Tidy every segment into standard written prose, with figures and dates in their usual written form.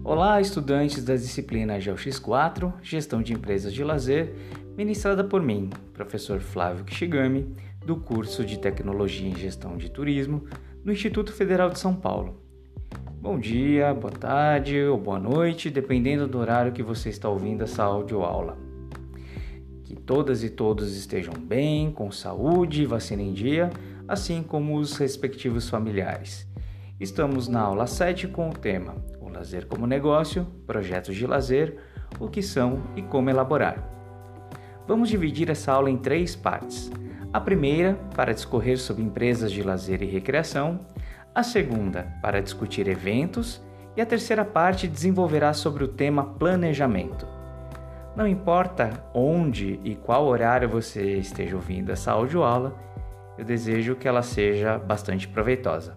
Olá, estudantes da disciplina GeoX4, Gestão de Empresas de Lazer, ministrada por mim, professor Flávio Kishigami, do curso de Tecnologia em Gestão de Turismo, do Instituto Federal de São Paulo. Bom dia, boa tarde ou boa noite, dependendo do horário que você está ouvindo essa audioaula. Que todas e todos estejam bem, com saúde e vacina em dia, assim como os respectivos familiares. Estamos na aula 7 com o tema O Lazer como Negócio, Projetos de Lazer, o que são e como elaborar. Vamos dividir essa aula em 3 partes. A primeira, para discorrer sobre empresas de lazer e recreação, a segunda, para discutir eventos, e a terceira parte desenvolverá sobre o tema planejamento. Não importa onde e qual horário você esteja ouvindo essa audioaula, eu desejo que ela seja bastante proveitosa.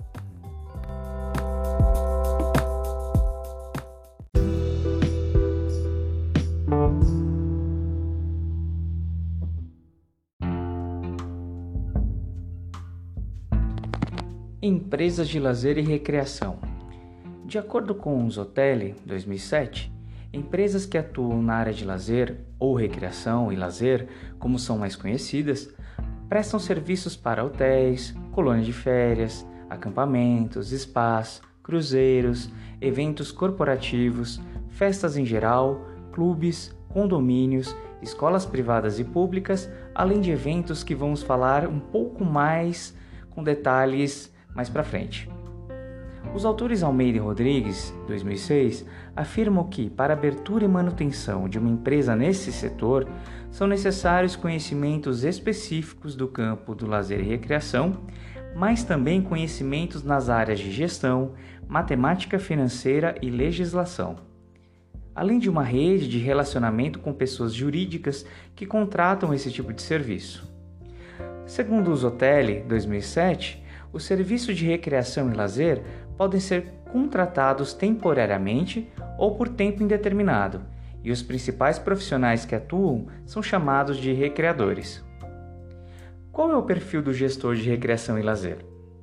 Empresas de lazer e recreação. De acordo com o Zotelli, 2007, empresas que atuam na área de lazer ou recreação e lazer, como são mais conhecidas, prestam serviços para hotéis, colônias de férias, acampamentos, spas, cruzeiros, eventos corporativos, festas em geral, clubes, condomínios, escolas privadas e públicas, além de eventos que vamos falar um pouco mais com detalhes mais para frente. Os autores Almeida e Rodrigues, 2006, afirmam que, para a abertura e manutenção de uma empresa nesse setor, são necessários conhecimentos específicos do campo do lazer e recreação, mas também conhecimentos nas áreas de gestão, matemática financeira e legislação, além de uma rede de relacionamento com pessoas jurídicas que contratam esse tipo de serviço. Segundo o Zotelli, 2007, os serviços de recreação e lazer podem ser contratados temporariamente ou por tempo indeterminado, e os principais profissionais que atuam são chamados de recreadores. Qual é o perfil do gestor de recreação e lazer?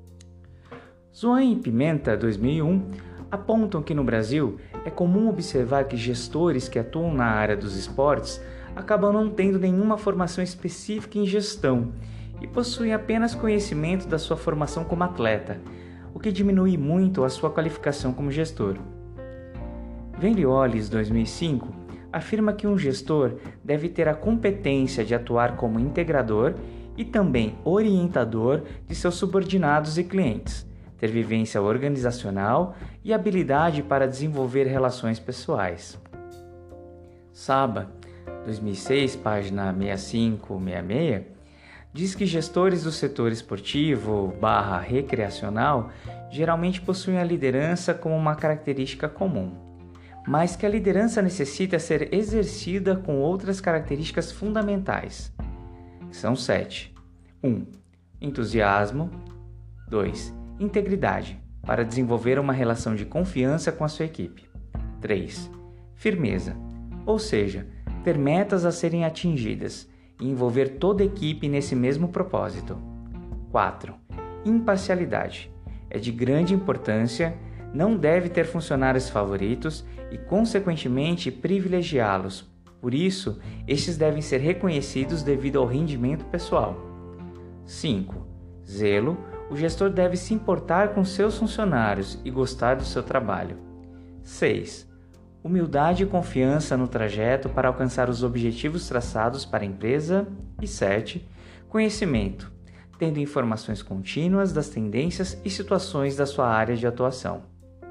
Zoan e Pimenta, 2001, apontam que no Brasil é comum observar que gestores que atuam na área dos esportes acabam não tendo nenhuma formação específica em gestão e possuem apenas conhecimento da sua formação como atleta, o que diminui muito a sua qualificação como gestor. Vendioles, 2005, afirma que um gestor deve ter a competência de atuar como integrador e também orientador de seus subordinados e clientes, ter vivência organizacional e habilidade para desenvolver relações pessoais. Saba, 2006, página 65-66, diz que gestores do setor esportivo/recreacional geralmente possuem a liderança como uma característica comum, mas que a liderança necessita ser exercida com outras características fundamentais. São 7. 1. Entusiasmo. 2. Integridade, para desenvolver uma relação de confiança com a sua equipe. 3. Firmeza, ou seja, ter metas a serem atingidas e envolver toda a equipe nesse mesmo propósito. 4. Imparcialidade. É de grande importância, não deve ter funcionários favoritos e, consequentemente, privilegiá-los. Por isso, estes devem ser reconhecidos devido ao rendimento pessoal. 5. Zelo. O gestor deve se importar com seus funcionários e gostar do seu trabalho. 6. Humildade e confiança no trajeto para alcançar os objetivos traçados para a empresa. E 7. Conhecimento, tendo informações contínuas das tendências e situações da sua área de atuação.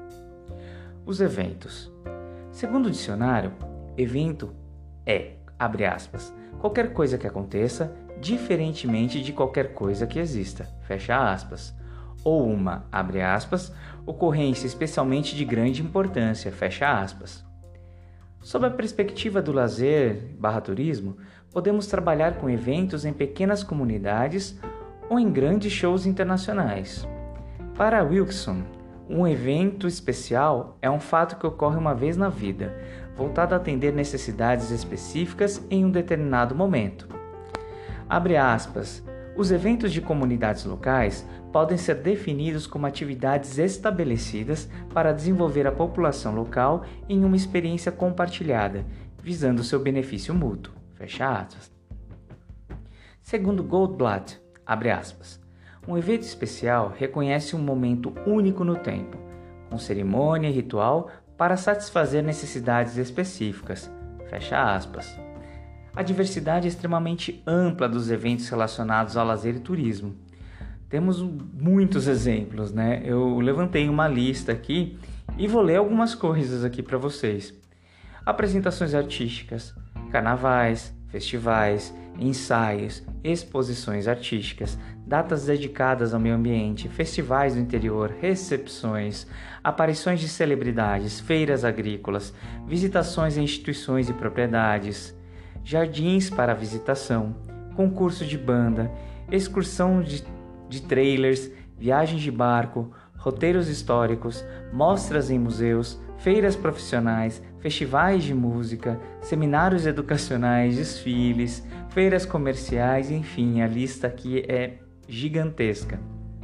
Os eventos. Segundo o dicionário, evento é, abre aspas, qualquer coisa que aconteça, diferentemente de qualquer coisa que exista, fecha aspas, ou uma, abre aspas, ocorrência especialmente de grande importância, fecha aspas. Sob a perspectiva do lazer/turismo, podemos trabalhar com eventos em pequenas comunidades ou em grandes shows internacionais. Para Wilson, um evento especial é um fato que ocorre uma vez na vida, voltado a atender necessidades específicas em um determinado momento. Abre aspas, Os eventos de comunidades locais podem ser definidos como atividades estabelecidas para desenvolver a população local em uma experiência compartilhada, visando seu benefício mútuo. Fecha aspas. Segundo Goldblatt, abre aspas, um evento especial reconhece um momento único no tempo, com cerimônia e ritual para satisfazer necessidades específicas. Fecha aspas. A diversidade é extremamente ampla dos eventos relacionados ao lazer e turismo. Temos muitos exemplos, né? Eu levantei uma lista aqui e vou ler algumas coisas aqui para vocês. Apresentações artísticas, carnavais, festivais, ensaios, exposições artísticas, datas dedicadas ao meio ambiente, festivais do interior, recepções, aparições de celebridades, feiras agrícolas, visitações a instituições e propriedades, jardins para visitação, concurso de banda, excursão de trailers, viagens de barco, roteiros históricos, mostras em museus, feiras profissionais, festivais de música, seminários educacionais, desfiles, feiras comerciais, enfim, a lista aqui é gigantesca.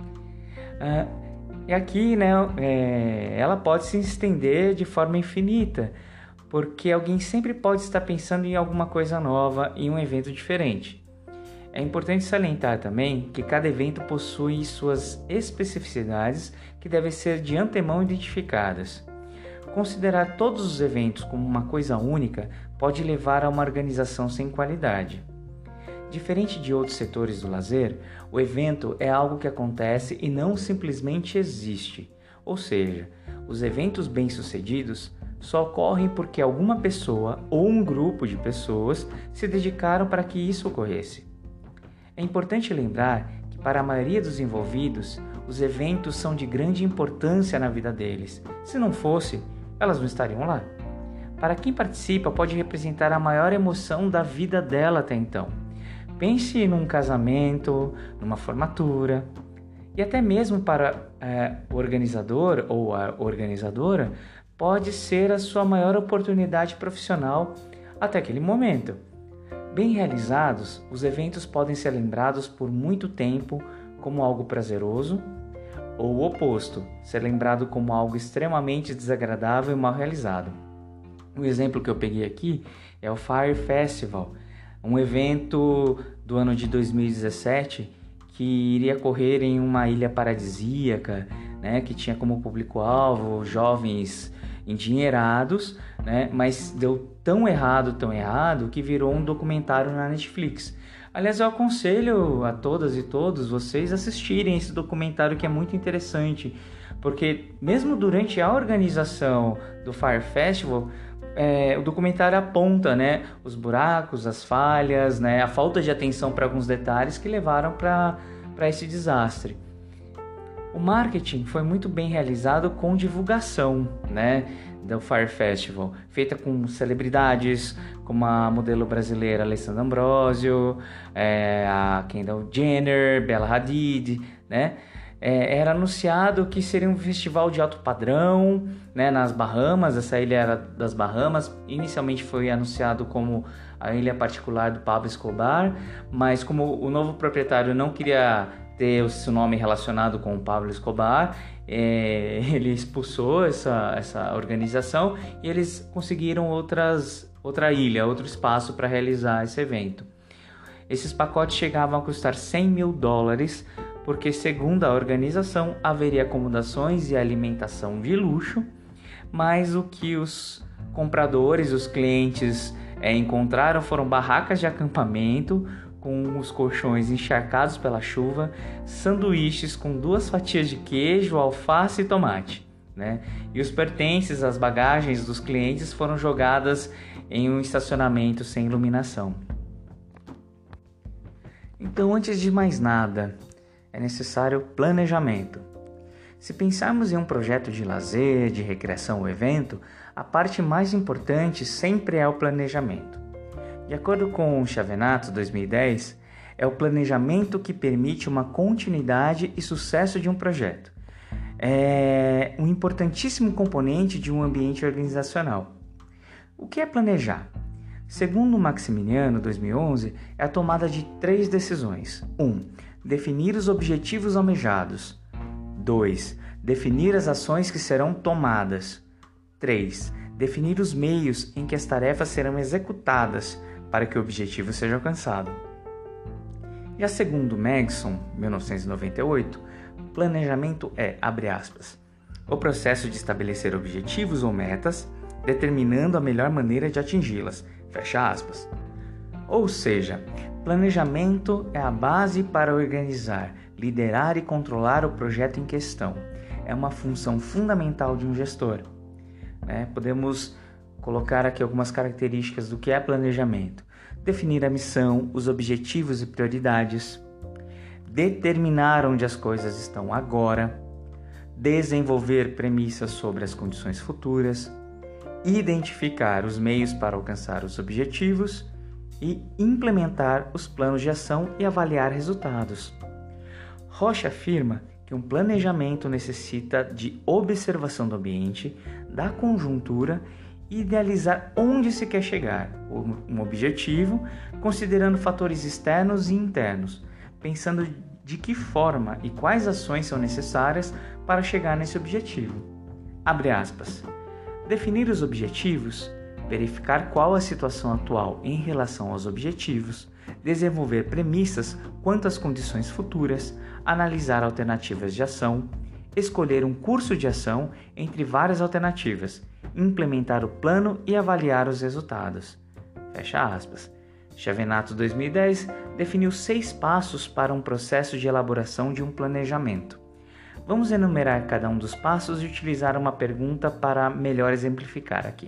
E aqui, né, ela pode se estender de forma infinita, porque alguém sempre pode estar pensando em alguma coisa nova, em um evento diferente. É importante salientar também que cada evento possui suas especificidades que devem ser de antemão identificadas. Considerar todos os eventos como uma coisa única pode levar a uma organização sem qualidade. Diferente de outros setores do lazer, o evento é algo que acontece e não simplesmente existe. Ou seja, os eventos bem-sucedidos só ocorrem porque alguma pessoa ou um grupo de pessoas se dedicaram para que isso ocorresse. É importante lembrar que, para a maioria dos envolvidos, os eventos são de grande importância na vida deles. Se não fosse, elas não estariam lá. Para quem participa, pode representar a maior emoção da vida dela até então. Pense num casamento, numa formatura, e até mesmo para o organizador ou a organizadora, pode ser a sua maior oportunidade profissional até aquele momento. Bem realizados, os eventos podem ser lembrados por muito tempo como algo prazeroso, ou o oposto, ser lembrado como algo extremamente desagradável e mal realizado. Um exemplo que eu peguei aqui é o Fire Festival, um evento do ano de 2017 que iria ocorrer em uma ilha paradisíaca, né, que tinha como público-alvo jovens endinheirados, né, mas deu tão errado, que virou um documentário na Netflix. Aliás, eu aconselho a todas e todos vocês assistirem esse documentário, que é muito interessante, porque mesmo durante a organização do Fire Festival, o documentário aponta, né, os buracos, as falhas, né, a falta de atenção para alguns detalhes que levaram para esse desastre. O marketing foi muito bem realizado com divulgação, né, do Fire Festival, feita com celebridades como a modelo brasileira Alessandra Ambrosio, a Kendall Jenner, Bella Hadid, né? Era anunciado que seria um festival de alto padrão, né, nas Bahamas. Essa ilha era das Bahamas. Inicialmente foi anunciado como a ilha particular do Pablo Escobar, mas como o novo proprietário não queria ter o seu nome relacionado com o Pablo Escobar, ele expulsou essa organização e eles conseguiram outra ilha, outro espaço para realizar esse evento. Esses pacotes chegavam a custar $100 mil, porque, segundo a organização, haveria acomodações e alimentação de luxo, mas o que os compradores, os clientes encontraram foram barracas de acampamento com os colchões encharcados pela chuva, sanduíches com 2 fatias de queijo, alface e tomate, né? E os pertences, as bagagens dos clientes foram jogadas em um estacionamento sem iluminação. Então, antes de mais nada, é necessário planejamento. Se pensarmos em um projeto de lazer, de recreação ou evento, a parte mais importante sempre é o planejamento. De acordo com o Chavenato 2010, é o planejamento que permite uma continuidade e sucesso de um projeto. É um importantíssimo componente de um ambiente organizacional. O que é planejar? Segundo Maximiano, 2011, é a tomada de 3 decisões. 1. Definir os objetivos almejados. 2. Definir as ações que serão tomadas. 3. Definir os meios em que as tarefas serão executadas para que o objetivo seja alcançado. Já segundo Megson, 1998, planejamento é, abre aspas, o processo de estabelecer objetivos ou metas, determinando a melhor maneira de atingi-las, fecha aspas. Ou seja, planejamento é a base para organizar, liderar e controlar o projeto em questão. É uma função fundamental de um gestor. Podemos colocar aqui algumas características do que é planejamento. Definir a missão, os objetivos e prioridades. Determinar onde as coisas estão agora. Desenvolver premissas sobre as condições futuras. Identificar os meios para alcançar os objetivos e implementar os planos de ação e avaliar resultados. Rocha afirma que um planejamento necessita de observação do ambiente, da conjuntura e idealizar onde se quer chegar, um objetivo, considerando fatores externos e internos, pensando de que forma e quais ações são necessárias para chegar nesse objetivo. Abre aspas. Definir os objetivos, verificar qual a situação atual em relação aos objetivos, desenvolver premissas quanto às condições futuras, analisar alternativas de ação, escolher um curso de ação entre várias alternativas, implementar o plano e avaliar os resultados. Fecha aspas. Chiavenato 2010 definiu 6 passos para um processo de elaboração de um planejamento. Vamos enumerar cada um dos passos e utilizar uma pergunta para melhor exemplificar aqui.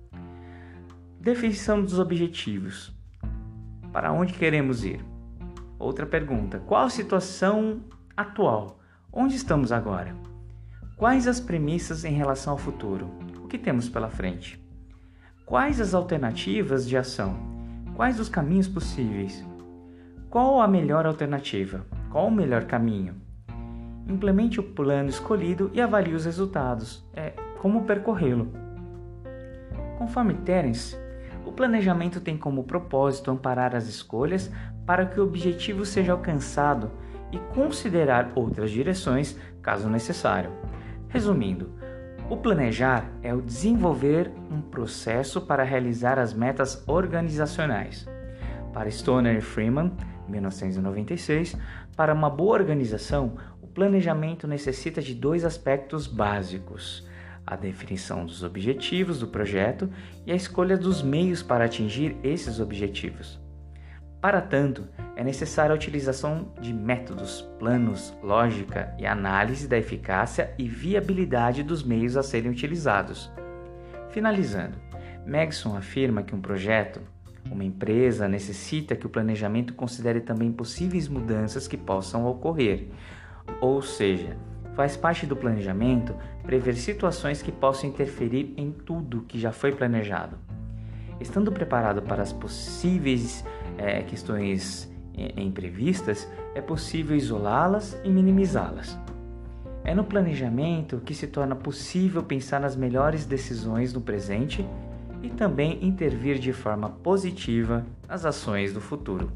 Definição dos objetivos. Para onde queremos ir? Outra pergunta. Qual a situação atual? Onde estamos agora? Quais as premissas em relação ao futuro? O que temos pela frente? Quais as alternativas de ação? Quais os caminhos possíveis? Qual a melhor alternativa? Qual o melhor caminho? Implemente o plano escolhido e avalie os resultados. Como percorrê-lo. Conforme Terence, o planejamento tem como propósito amparar as escolhas para que o objetivo seja alcançado e considerar outras direções, caso necessário. Resumindo, o planejar é o desenvolver um processo para realizar as metas organizacionais. Para Stoner e Freeman, 1996, para uma boa organização, o planejamento necessita de 2 aspectos básicos: a definição dos objetivos do projeto e a escolha dos meios para atingir esses objetivos. Para tanto, é necessária a utilização de métodos, planos, lógica e análise da eficácia e viabilidade dos meios a serem utilizados. Finalizando, Megson afirma que um projeto, uma empresa, necessita que o planejamento considere também possíveis mudanças que possam ocorrer, ou seja, faz parte do planejamento prever situações que possam interferir em tudo que já foi planejado. Estando preparado para as possíveis questões imprevistas, é possível isolá-las e minimizá-las. É no planejamento que se torna possível pensar nas melhores decisões no presente e também intervir de forma positiva nas ações do futuro.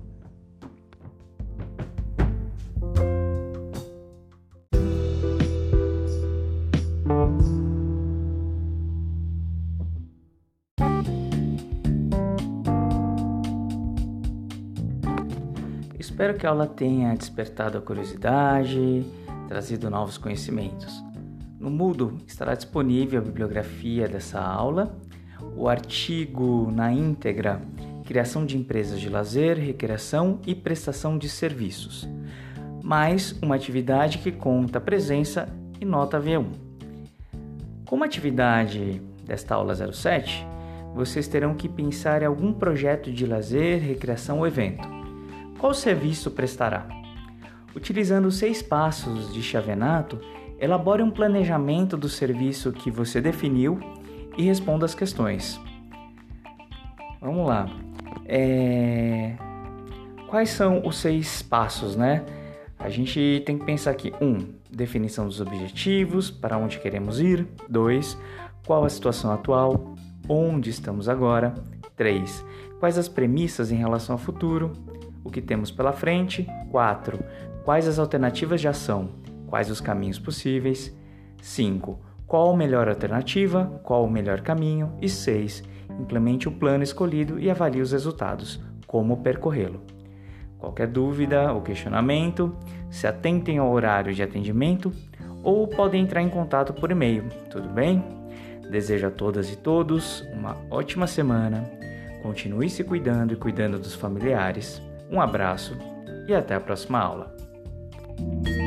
Espero que a aula tenha despertado a curiosidade, trazido novos conhecimentos. No Moodle estará disponível a bibliografia dessa aula, o artigo na íntegra, criação de empresas de lazer, recreação e prestação de serviços, mais uma atividade que conta presença e nota V1. Como atividade desta aula 07, vocês terão que pensar em algum projeto de lazer, recreação ou evento. Qual serviço prestará? Utilizando os 6 passos de Chiavenato, elabore um planejamento do serviço que você definiu e responda as questões. Vamos lá. Quais são os 6 passos, né? A gente tem que pensar aqui. 1. Definição dos objetivos, para onde queremos ir. 2. Qual a situação atual, onde estamos agora. 3. Quais as premissas em relação ao futuro? O que temos pela frente? 4. Quais as alternativas de ação? Quais os caminhos possíveis? 5. Qual a melhor alternativa? Qual o melhor caminho? E 6. Implemente o plano escolhido e avalie os resultados. Como percorrê-lo? Qualquer dúvida ou questionamento, se atentem ao horário de atendimento ou podem entrar em contato por e-mail, tudo bem? Desejo a todas e todos uma ótima semana, continue se cuidando e cuidando dos familiares. Um abraço e até a próxima aula.